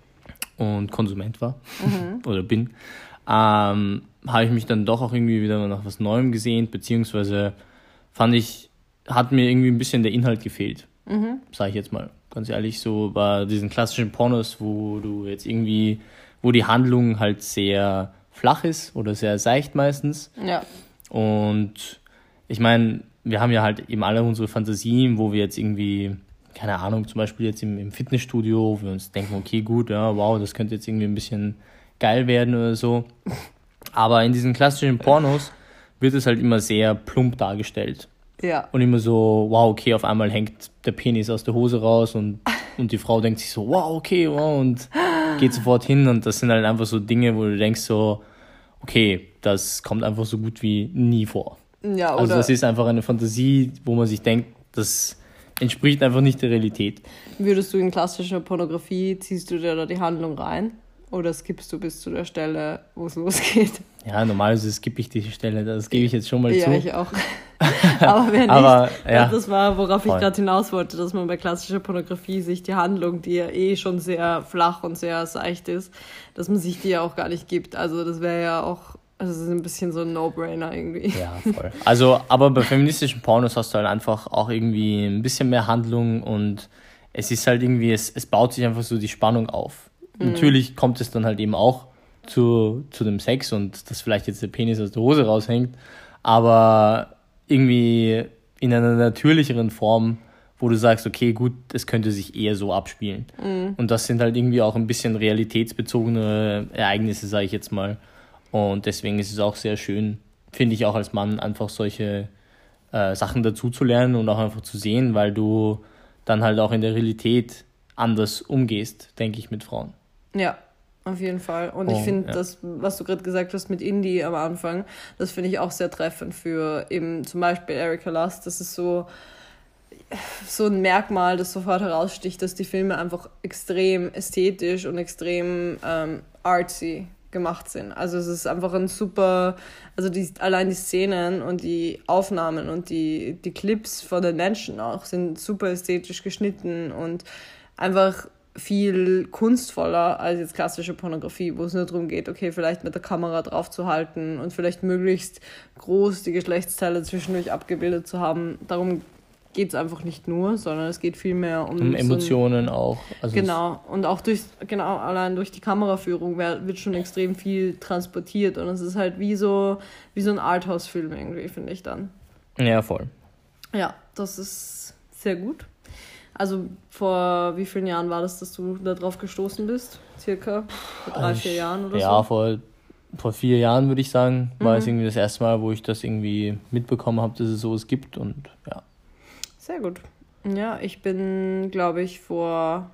und Konsument war mhm. oder bin, ähm, habe ich mich dann doch auch irgendwie wieder nach was Neuem gesehnt, beziehungsweise fand ich, hat mir irgendwie ein bisschen der Inhalt gefehlt, mhm. sage ich jetzt mal ganz ehrlich, so bei diesen klassischen Pornos, wo du jetzt irgendwie, wo die Handlung halt sehr flach ist oder sehr seicht meistens. Ja. Und ich meine, wir haben ja halt eben alle unsere Fantasien, wo wir jetzt irgendwie, keine Ahnung, zum Beispiel jetzt im, im Fitnessstudio, wo wir uns denken, okay, gut, ja, wow, das könnte jetzt irgendwie ein bisschen geil werden oder so. Aber in diesen klassischen Pornos wird es halt immer sehr plump dargestellt. Ja. Und immer so, wow, okay, auf einmal hängt der Penis aus der Hose raus und, und die Frau denkt sich so, wow, okay, wow, und geht sofort hin. Und das sind halt einfach so Dinge, wo du denkst so, okay, das kommt einfach so gut wie nie vor. Ja, oder also das ist einfach eine Fantasie, wo man sich denkt, das entspricht einfach nicht der Realität. Würdest du in klassischer Pornografie, ziehst du dir da die Handlung rein oder skippst du bis zu der Stelle, wo es losgeht? Ja, normalerweise skippe ich diese Stelle, das gebe ich jetzt schon mal ja, zu. Ja, ich auch. Aber wer nicht, Aber, ja, das war, worauf voll. ich gerade hinaus wollte, dass man bei klassischer Pornografie sich die Handlung, die ja eh schon sehr flach und sehr seicht ist, dass man sich die ja auch gar nicht gibt. Also das wäre ja auch Also es ist ein bisschen so ein No-Brainer irgendwie. Ja, voll. Also, aber bei feministischen Pornos hast du halt einfach auch irgendwie ein bisschen mehr Handlung und es ist halt irgendwie, es, es baut sich einfach so die Spannung auf. Mhm. Natürlich kommt es dann halt eben auch zu, zu dem Sex und dass vielleicht jetzt der Penis aus der Hose raushängt, aber irgendwie in einer natürlicheren Form, wo du sagst, okay, gut, es könnte sich eher so abspielen. Mhm. Und das sind halt irgendwie auch ein bisschen realitätsbezogene Ereignisse, sage ich jetzt mal. Und deswegen ist es auch sehr schön, finde ich auch als Mann, einfach solche äh, Sachen dazu zu lernen und auch einfach zu sehen, weil du dann halt auch in der Realität anders umgehst, denke ich, mit Frauen. Ja, auf jeden Fall. Und oh, ich finde, ja. das, was du gerade gesagt hast mit Indie am Anfang, das finde ich auch sehr treffend für eben zum Beispiel Erika Lust. Das ist so, so ein Merkmal, das sofort heraussticht, dass die Filme einfach extrem ästhetisch und extrem ähm, artsy gemacht sind. Also es ist einfach ein super, also die, allein die Szenen und die Aufnahmen und die, die Clips von den Menschen auch sind super ästhetisch geschnitten und einfach viel kunstvoller als jetzt klassische Pornografie, wo es nur darum geht, okay, vielleicht mit der Kamera drauf zu halten und vielleicht möglichst groß die Geschlechtsteile zwischendurch abgebildet zu haben. Darum geht es einfach nicht nur, sondern es geht vielmehr um, um Emotionen so ein, auch. Also genau, und auch durch, genau, allein durch die Kameraführung wird schon extrem viel transportiert und es ist halt wie so, wie so ein Arthouse-Film irgendwie, finde ich dann. Ja, voll. Ja, das ist sehr gut. Also vor wie vielen Jahren war das, dass du da drauf gestoßen bist? Circa vor drei, also ich, vier Jahren oder ja, so? Ja, vor, vor vier Jahren würde ich sagen, war mhm. es irgendwie das erste Mal, wo ich das irgendwie mitbekommen habe, dass es sowas gibt und ja. Sehr gut. Ja, ich bin, glaube ich, vor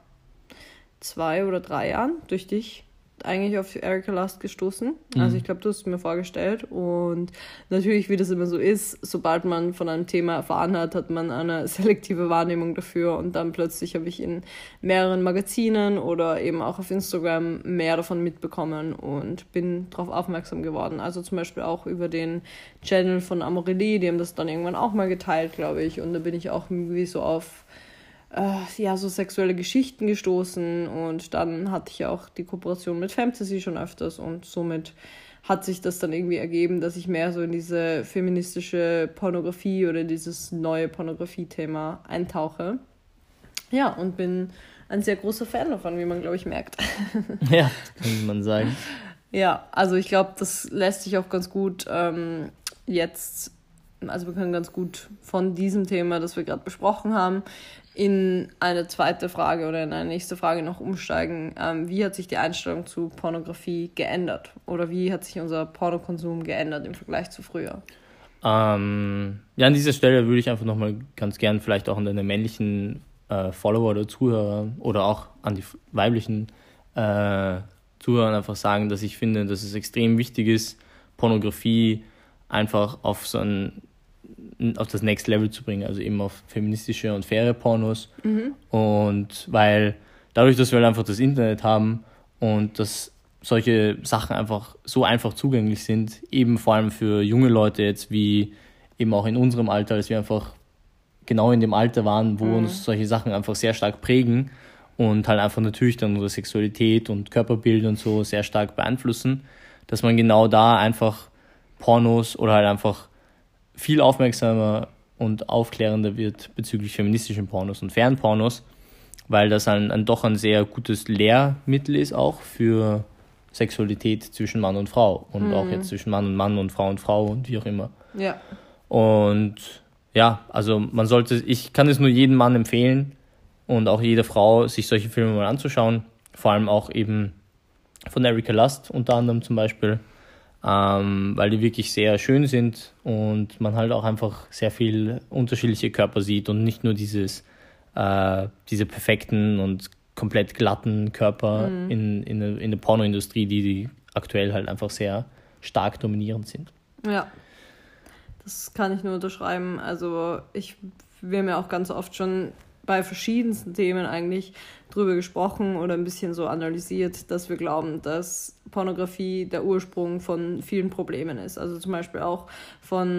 zwei oder drei Jahren durch dich eigentlich auf Erika Lust gestoßen. Mhm. Also ich glaube, du hast es mir vorgestellt und natürlich, wie das immer so ist, sobald man von einem Thema erfahren hat, hat man eine selektive Wahrnehmung dafür und dann plötzlich habe ich in mehreren Magazinen oder eben auch auf Instagram mehr davon mitbekommen und bin darauf aufmerksam geworden. Also zum Beispiel auch über den Channel von Amorelie, die haben das dann irgendwann auch mal geteilt, glaube ich, und da bin ich auch irgendwie so auf Äh, ja, so sexuelle Geschichten gestoßen und dann hatte ich auch die Kooperation mit Fantasy schon öfters und somit hat sich das dann irgendwie ergeben, dass ich mehr so in diese feministische Pornografie oder in dieses neue Pornografie-Thema eintauche. Ja, und bin ein sehr großer Fan davon, wie man, glaube ich, merkt. Ja, kann man sagen. Ja, also ich glaube, das lässt sich auch ganz gut ähm, jetzt, also wir können ganz gut von diesem Thema, das wir gerade besprochen haben, in eine zweite Frage oder in eine nächste Frage noch umsteigen. Ähm, wie hat sich die Einstellung zu Pornografie geändert? Oder wie hat sich unser Pornokonsum geändert im Vergleich zu früher? Ähm, ja, an dieser Stelle würde ich einfach nochmal ganz gern vielleicht auch an deine männlichen äh, Follower oder Zuhörer oder auch an die weiblichen äh, Zuhörer einfach sagen, dass ich finde, dass es extrem wichtig ist, Pornografie einfach auf so ein auf das Next Level zu bringen, also eben auf feministische und faire Pornos. Mhm. Und weil dadurch, dass wir halt einfach das Internet haben und dass solche Sachen einfach so einfach zugänglich sind, eben vor allem für junge Leute jetzt, wie eben auch in unserem Alter, als wir einfach genau in dem Alter waren, wo mhm. uns solche Sachen einfach sehr stark prägen und halt einfach natürlich dann unsere Sexualität und Körperbild und so sehr stark beeinflussen, dass man genau da einfach Pornos oder halt einfach viel aufmerksamer und aufklärender wird bezüglich feministischen Pornos und fairen Pornos, weil das ein, ein doch ein sehr gutes Lehrmittel ist auch für Sexualität zwischen Mann und Frau und mhm. auch jetzt zwischen Mann und Mann und Frau und Frau und wie auch immer. Ja. Und ja, also man sollte, ich kann es nur jedem Mann empfehlen und auch jeder Frau, sich solche Filme mal anzuschauen, vor allem auch eben von Erika Lust unter anderem zum Beispiel, Ähm, weil die wirklich sehr schön sind und man halt auch einfach sehr viel unterschiedliche Körper sieht und nicht nur dieses äh, diese perfekten und komplett glatten Körper mhm. in, in, der, in der Pornoindustrie, die, die aktuell halt einfach sehr stark dominierend sind. Ja, das kann ich nur unterschreiben. Also ich, wir haben ja auch ganz oft schon bei verschiedensten Themen eigentlich drüber gesprochen oder ein bisschen so analysiert, dass wir glauben, dass Pornografie der Ursprung von vielen Problemen ist. Also zum Beispiel auch von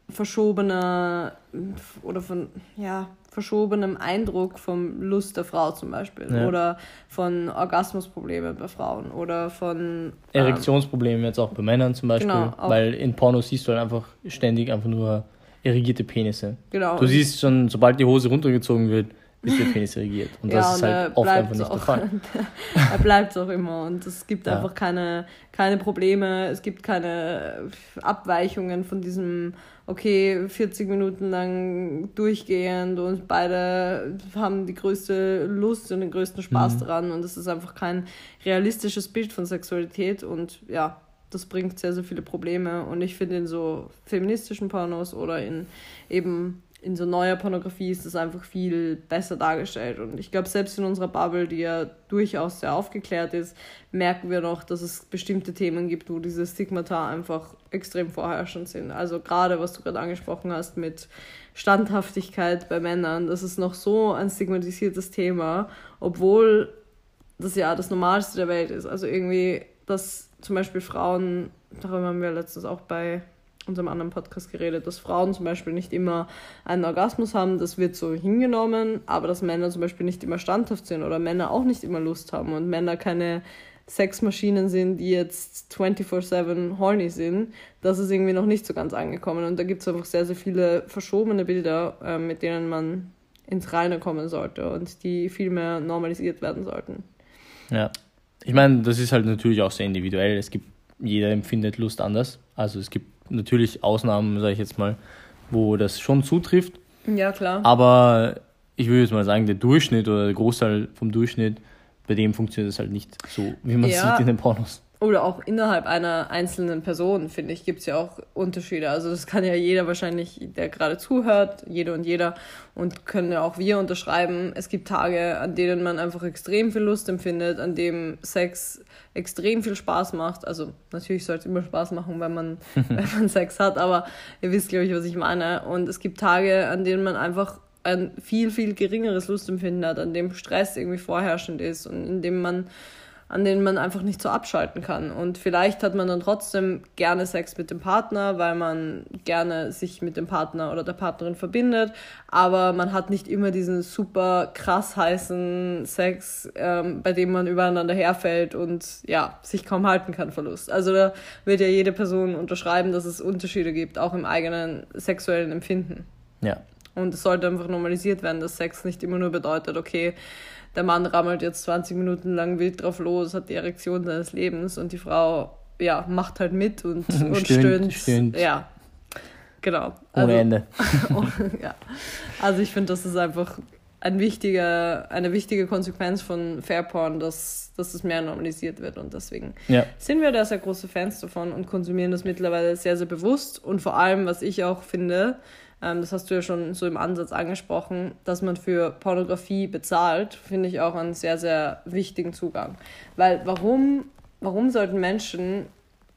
verschobener oder von ja, verschobenem Eindruck vom Lust der Frau zum Beispiel ja. oder von Orgasmusproblemen bei Frauen oder von Erektionsproblemen ähm, jetzt auch bei Männern zum Beispiel, genau, weil in Porno siehst du halt einfach ständig einfach nur erigierte Penisse. Genau. Du siehst schon, sobald die Hose runtergezogen wird, ist der Penis erigiert. Und das ja, ist halt oft einfach nicht auch, der Fall. Er bleibt auch immer und es gibt ja. einfach keine, keine Probleme, es gibt keine Abweichungen von diesem, okay, vierzig Minuten lang durchgehend und beide haben die größte Lust und den größten Spaß mhm. daran und es ist einfach kein realistisches Bild von Sexualität und ja, das bringt sehr, sehr viele Probleme und ich finde in so feministischen Pornos oder in eben in so neuer Pornografie ist das einfach viel besser dargestellt. Und ich glaube, selbst in unserer Bubble, die ja durchaus sehr aufgeklärt ist, merken wir noch, dass es bestimmte Themen gibt, wo diese Stigmata einfach extrem vorherrschend sind. Also gerade, was du gerade angesprochen hast mit Standhaftigkeit bei Männern, das ist noch so ein stigmatisiertes Thema, obwohl das ja das Normalste der Welt ist. Also irgendwie, dass zum Beispiel Frauen, darüber haben wir letztens auch bei unserem anderen Podcast geredet, dass Frauen zum Beispiel nicht immer einen Orgasmus haben, das wird so hingenommen, aber dass Männer zum Beispiel nicht immer standhaft sind oder Männer auch nicht immer Lust haben und Männer keine Sexmaschinen sind, die jetzt vierundzwanzig sieben horny sind, das ist irgendwie noch nicht so ganz angekommen und da gibt es einfach sehr, sehr viele verschobene Bilder, äh, mit denen man ins Reine kommen sollte und die viel mehr normalisiert werden sollten. Ja, ich meine, das ist halt natürlich auch sehr individuell, es gibt, jeder empfindet Lust anders, also es gibt natürlich Ausnahmen, sage ich jetzt mal, wo das schon zutrifft. Ja, klar. Aber ich würde jetzt mal sagen, der Durchschnitt oder der Großteil vom Durchschnitt, bei dem funktioniert das halt nicht so, wie man ja. sieht in den Pornos. Oder auch innerhalb einer einzelnen Person, finde ich, gibt es ja auch Unterschiede. Also das kann ja jeder wahrscheinlich, der gerade zuhört, jede und jeder, und können ja auch wir unterschreiben. Es gibt Tage, an denen man einfach extrem viel Lust empfindet, an dem Sex extrem viel Spaß macht. Also natürlich soll es immer Spaß machen, wenn man, wenn man Sex hat, aber ihr wisst, glaube ich, was ich meine. Und es gibt Tage, an denen man einfach ein viel, viel geringeres Lustempfinden hat, an dem Stress irgendwie vorherrschend ist und in dem man an denen man einfach nicht so abschalten kann. Und vielleicht hat man dann trotzdem gerne Sex mit dem Partner, weil man gerne sich mit dem Partner oder der Partnerin verbindet, aber man hat nicht immer diesen super krass heißen Sex, ähm, bei dem man übereinander herfällt und ja, sich kaum halten kann vor Lust. Also da wird ja jede Person unterschreiben, dass es Unterschiede gibt, auch im eigenen sexuellen Empfinden. Ja. Und es sollte einfach normalisiert werden, dass Sex nicht immer nur bedeutet, okay, der Mann rammelt jetzt zwanzig Minuten lang wild drauf los, hat die Erektion seines Lebens und die Frau, ja, macht halt mit und, und stöhnt. stöhnt. Ja, genau. Also, ohne Ende. ja. Also ich finde, das ist einfach ein wichtiger, eine wichtige Konsequenz von Fairporn, dass, dass es mehr normalisiert wird und deswegen ja. sind wir da sehr große Fans davon und konsumieren das mittlerweile sehr, sehr bewusst und vor allem, was ich auch finde, das hast du ja schon so im Ansatz angesprochen, dass man für Pornografie bezahlt, finde ich auch einen sehr, sehr wichtigen Zugang. Weil warum, warum sollten Menschen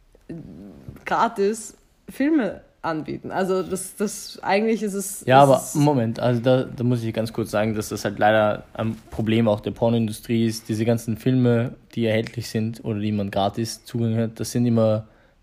gratis Filme anbieten? Also das, das eigentlich ist es... Ja, aber ist, Moment, also da, da muss ich ganz kurz sagen, dass das halt leider ein Problem auch der Pornoindustrie ist. Diese ganzen Filme, die erhältlich sind oder die man gratis Zugang hat, das sind immer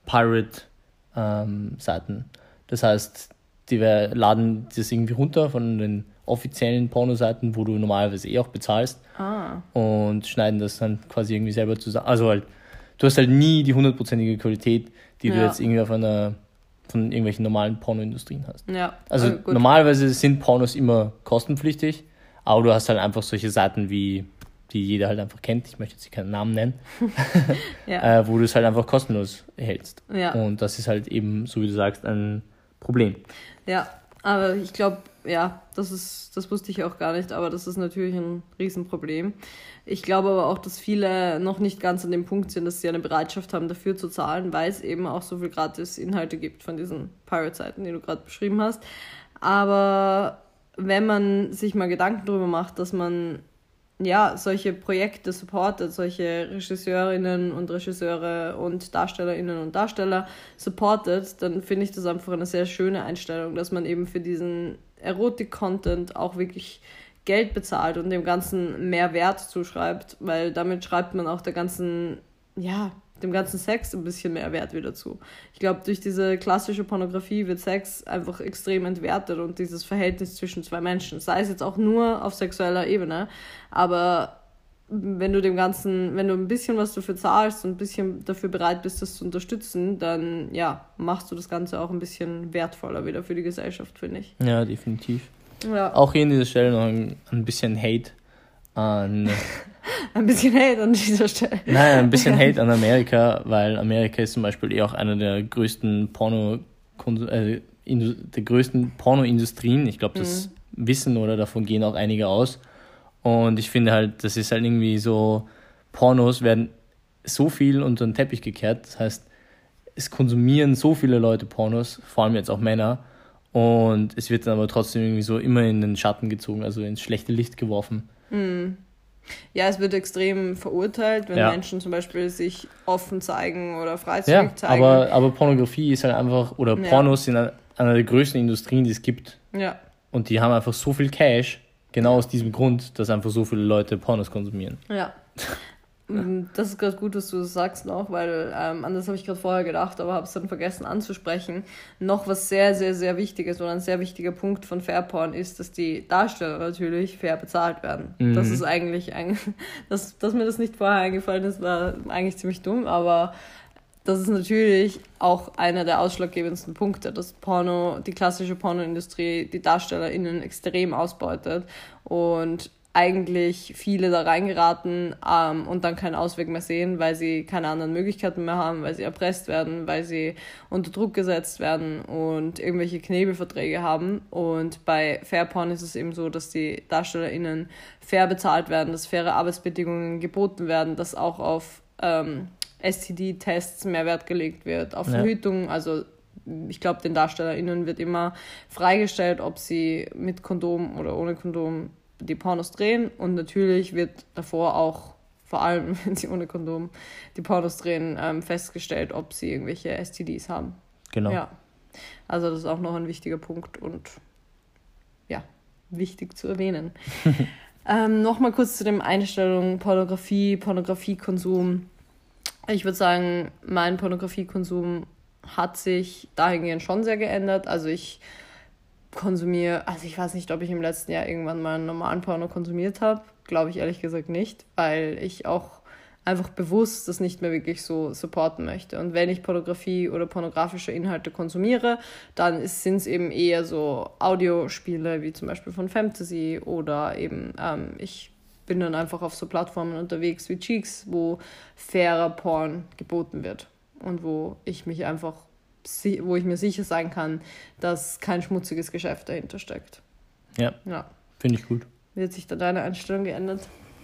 Pirate-Seiten. Ähm, das heißt... Die laden das irgendwie runter von den offiziellen Pornoseiten, wo du normalerweise eh auch bezahlst. Ah. Und schneiden das dann quasi irgendwie selber zusammen. Also halt, du hast halt nie die hundertprozentige Qualität, die ja. du jetzt irgendwie auf einer, von irgendwelchen normalen Pornoindustrien hast. Ja. Also okay, normalerweise sind Pornos immer kostenpflichtig, aber du hast halt einfach solche Seiten wie, die jeder halt einfach kennt, ich möchte jetzt keinen Namen nennen, ja. äh, wo du es halt einfach kostenlos erhältst. Ja. Und das ist halt eben, so wie du sagst, ein Problem. Ja, aber ich glaube, ja, das ist, das wusste ich auch gar nicht, aber das ist natürlich ein Riesenproblem. Ich glaube aber auch, dass viele noch nicht ganz an dem Punkt sind, dass sie eine Bereitschaft haben, dafür zu zahlen, weil es eben auch so viel gratis Inhalte gibt von diesen Pirate-Seiten, die du gerade beschrieben hast. Aber wenn man sich mal Gedanken darüber macht, dass man ja, solche Projekte supportet, solche Regisseurinnen und Regisseure und Darstellerinnen und Darsteller supportet, dann finde ich das einfach eine sehr schöne Einstellung, dass man eben für diesen Erotik-Content auch wirklich Geld bezahlt und dem Ganzen mehr Wert zuschreibt, weil damit schreibt man auch der ganzen, ja, dem ganzen Sex ein bisschen mehr Wert wieder zu. Ich glaube, durch diese klassische Pornografie wird Sex einfach extrem entwertet und dieses Verhältnis zwischen zwei Menschen, sei es jetzt auch nur auf sexueller Ebene, aber wenn du dem Ganzen, wenn du ein bisschen was dafür zahlst und ein bisschen dafür bereit bist, das zu unterstützen, dann ja, machst du das Ganze auch ein bisschen wertvoller wieder für die Gesellschaft, finde ich. Ja, definitiv. Ja. Auch hier an dieser Stelle noch ein, ein bisschen Hate an... ein bisschen Hate an dieser Stelle. Nein, ein bisschen Hate an Amerika, weil Amerika ist zum Beispiel eh auch einer der größten Porno... Äh, der größten Pornoindustrien. Ich glaube, das mhm. wissen oder davon gehen auch einige aus. Und ich finde halt, das ist halt irgendwie so, Pornos werden so viel unter den Teppich gekehrt. Das heißt, es konsumieren so viele Leute Pornos, vor allem jetzt auch Männer. Und es wird dann aber trotzdem irgendwie so immer in den Schatten gezogen, also ins schlechte Licht geworfen. Mhm. Ja, es wird extrem verurteilt, wenn ja. Menschen zum Beispiel sich offen zeigen oder freizügig ja, zeigen. Aber, aber Pornografie ist halt einfach, oder ja. Pornos sind einer der größten Industrien, die es gibt. Ja. Und die haben einfach so viel Cash, genau aus diesem Grund, dass einfach so viele Leute Pornos konsumieren. Ja. Das ist gerade gut, dass du das sagst noch, weil ähm, an das habe ich gerade vorher gedacht, aber habe es dann vergessen anzusprechen. Noch was sehr, sehr, sehr Wichtiges oder ein sehr wichtiger Punkt von Fairporn ist, dass die Darsteller natürlich fair bezahlt werden. Mhm. Das ist eigentlich, ein, dass, dass mir das nicht vorher eingefallen ist, war eigentlich ziemlich dumm, aber das ist natürlich auch einer der ausschlaggebendsten Punkte, dass Porno, die klassische Pornoindustrie die DarstellerInnen extrem ausbeutet und eigentlich viele da reingeraten ähm, und dann keinen Ausweg mehr sehen, weil sie keine anderen Möglichkeiten mehr haben, weil sie erpresst werden, weil sie unter Druck gesetzt werden und irgendwelche Knebelverträge haben. Und bei Fairporn ist es eben so, dass die DarstellerInnen fair bezahlt werden, dass faire Arbeitsbedingungen geboten werden, dass auch auf ähm, S T D-Tests mehr Wert gelegt wird, auf Verhütung, ja. Also ich glaube, den DarstellerInnen wird immer freigestellt, ob sie mit Kondom oder ohne Kondom die Pornos drehen und natürlich wird davor auch, vor allem wenn sie ohne Kondom die Pornos drehen, ähm, festgestellt, ob sie irgendwelche S T Ds haben. Genau. Ja. Also das ist auch noch ein wichtiger Punkt und ja, wichtig zu erwähnen. ähm, Nochmal kurz zu den Einstellungen Pornografie, Pornografiekonsum. Ich würde sagen, mein Pornografiekonsum hat sich dahingehend schon sehr geändert. Also ich konsumiere, also ich weiß nicht, ob ich im letzten Jahr irgendwann mal einen normalen Porno konsumiert habe. Glaube ich ehrlich gesagt nicht, weil ich auch einfach bewusst das nicht mehr wirklich so supporten möchte. Und wenn ich Pornografie oder pornografische Inhalte konsumiere, dann sind es eben eher so Audiospiele, wie zum Beispiel von Fantasy oder eben ähm, ich bin dann einfach auf so Plattformen unterwegs wie Cheeks, wo fairer Porn geboten wird und wo ich mich einfach wo ich mir sicher sein kann, dass kein schmutziges Geschäft dahinter steckt. Ja, ja. Finde ich gut. Wie hat sich da deine Einstellung geändert?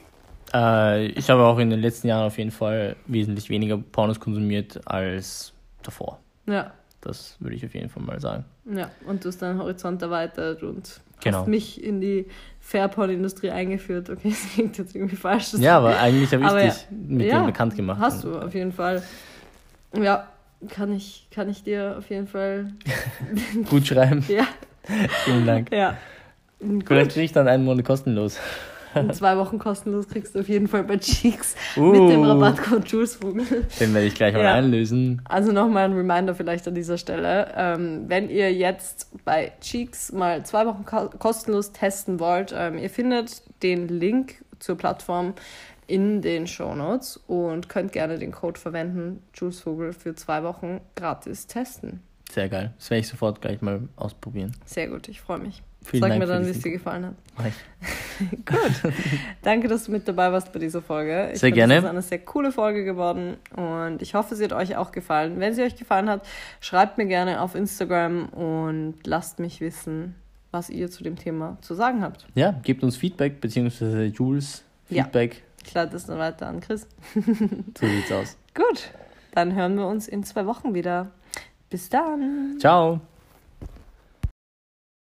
Äh, ich habe auch in den letzten Jahren auf jeden Fall wesentlich weniger Pornos konsumiert als davor. Ja. Das würde ich auf jeden Fall mal sagen. Ja, und du hast deinen Horizont erweitert und genau. hast mich in die Fairporn-Industrie eingeführt. Okay, das klingt jetzt irgendwie falsch. Ja, aber eigentlich habe ich aber dich ja, mit ja, dem bekannt gemacht. Hast du, auf jeden Fall. Ja, kann ich, kann ich dir auf jeden Fall gut schreiben. Ja. Vielen Dank. Ja. Gut. Vielleicht kriege ich dann einen Monat kostenlos. In zwei Wochen kostenlos kriegst du auf jeden Fall bei Cheeks uh, mit dem Rabattcode Julesvogel. Den werde ich gleich mal ja. einlösen. Also nochmal ein Reminder vielleicht an dieser Stelle. Ähm, wenn ihr jetzt bei Cheeks mal zwei Wochen ko- kostenlos testen wollt, ähm, ihr findet den Link zur Plattform in den Shownotes und könnt gerne den Code verwenden, Julesvogel, für zwei Wochen gratis testen. Sehr geil. Das werde ich sofort gleich mal ausprobieren. Sehr gut, ich freue mich. Vielen Sag Dank mir dann, wie es dir gefallen hat. Mach ich. Gut. Danke, dass du mit dabei warst bei dieser Folge. Ich sehr find, gerne. Das ist eine sehr coole Folge geworden und ich hoffe, sie hat euch auch gefallen. Wenn sie euch gefallen hat, schreibt mir gerne auf Instagram und lasst mich wissen, was ihr zu dem Thema zu sagen habt. Ja, gebt uns Feedback, beziehungsweise Jules Feedback. Ja. Ich leite das dann weiter an Chris. So sieht's aus. Gut, dann hören wir uns in zwei Wochen wieder. Bis dann. Ciao.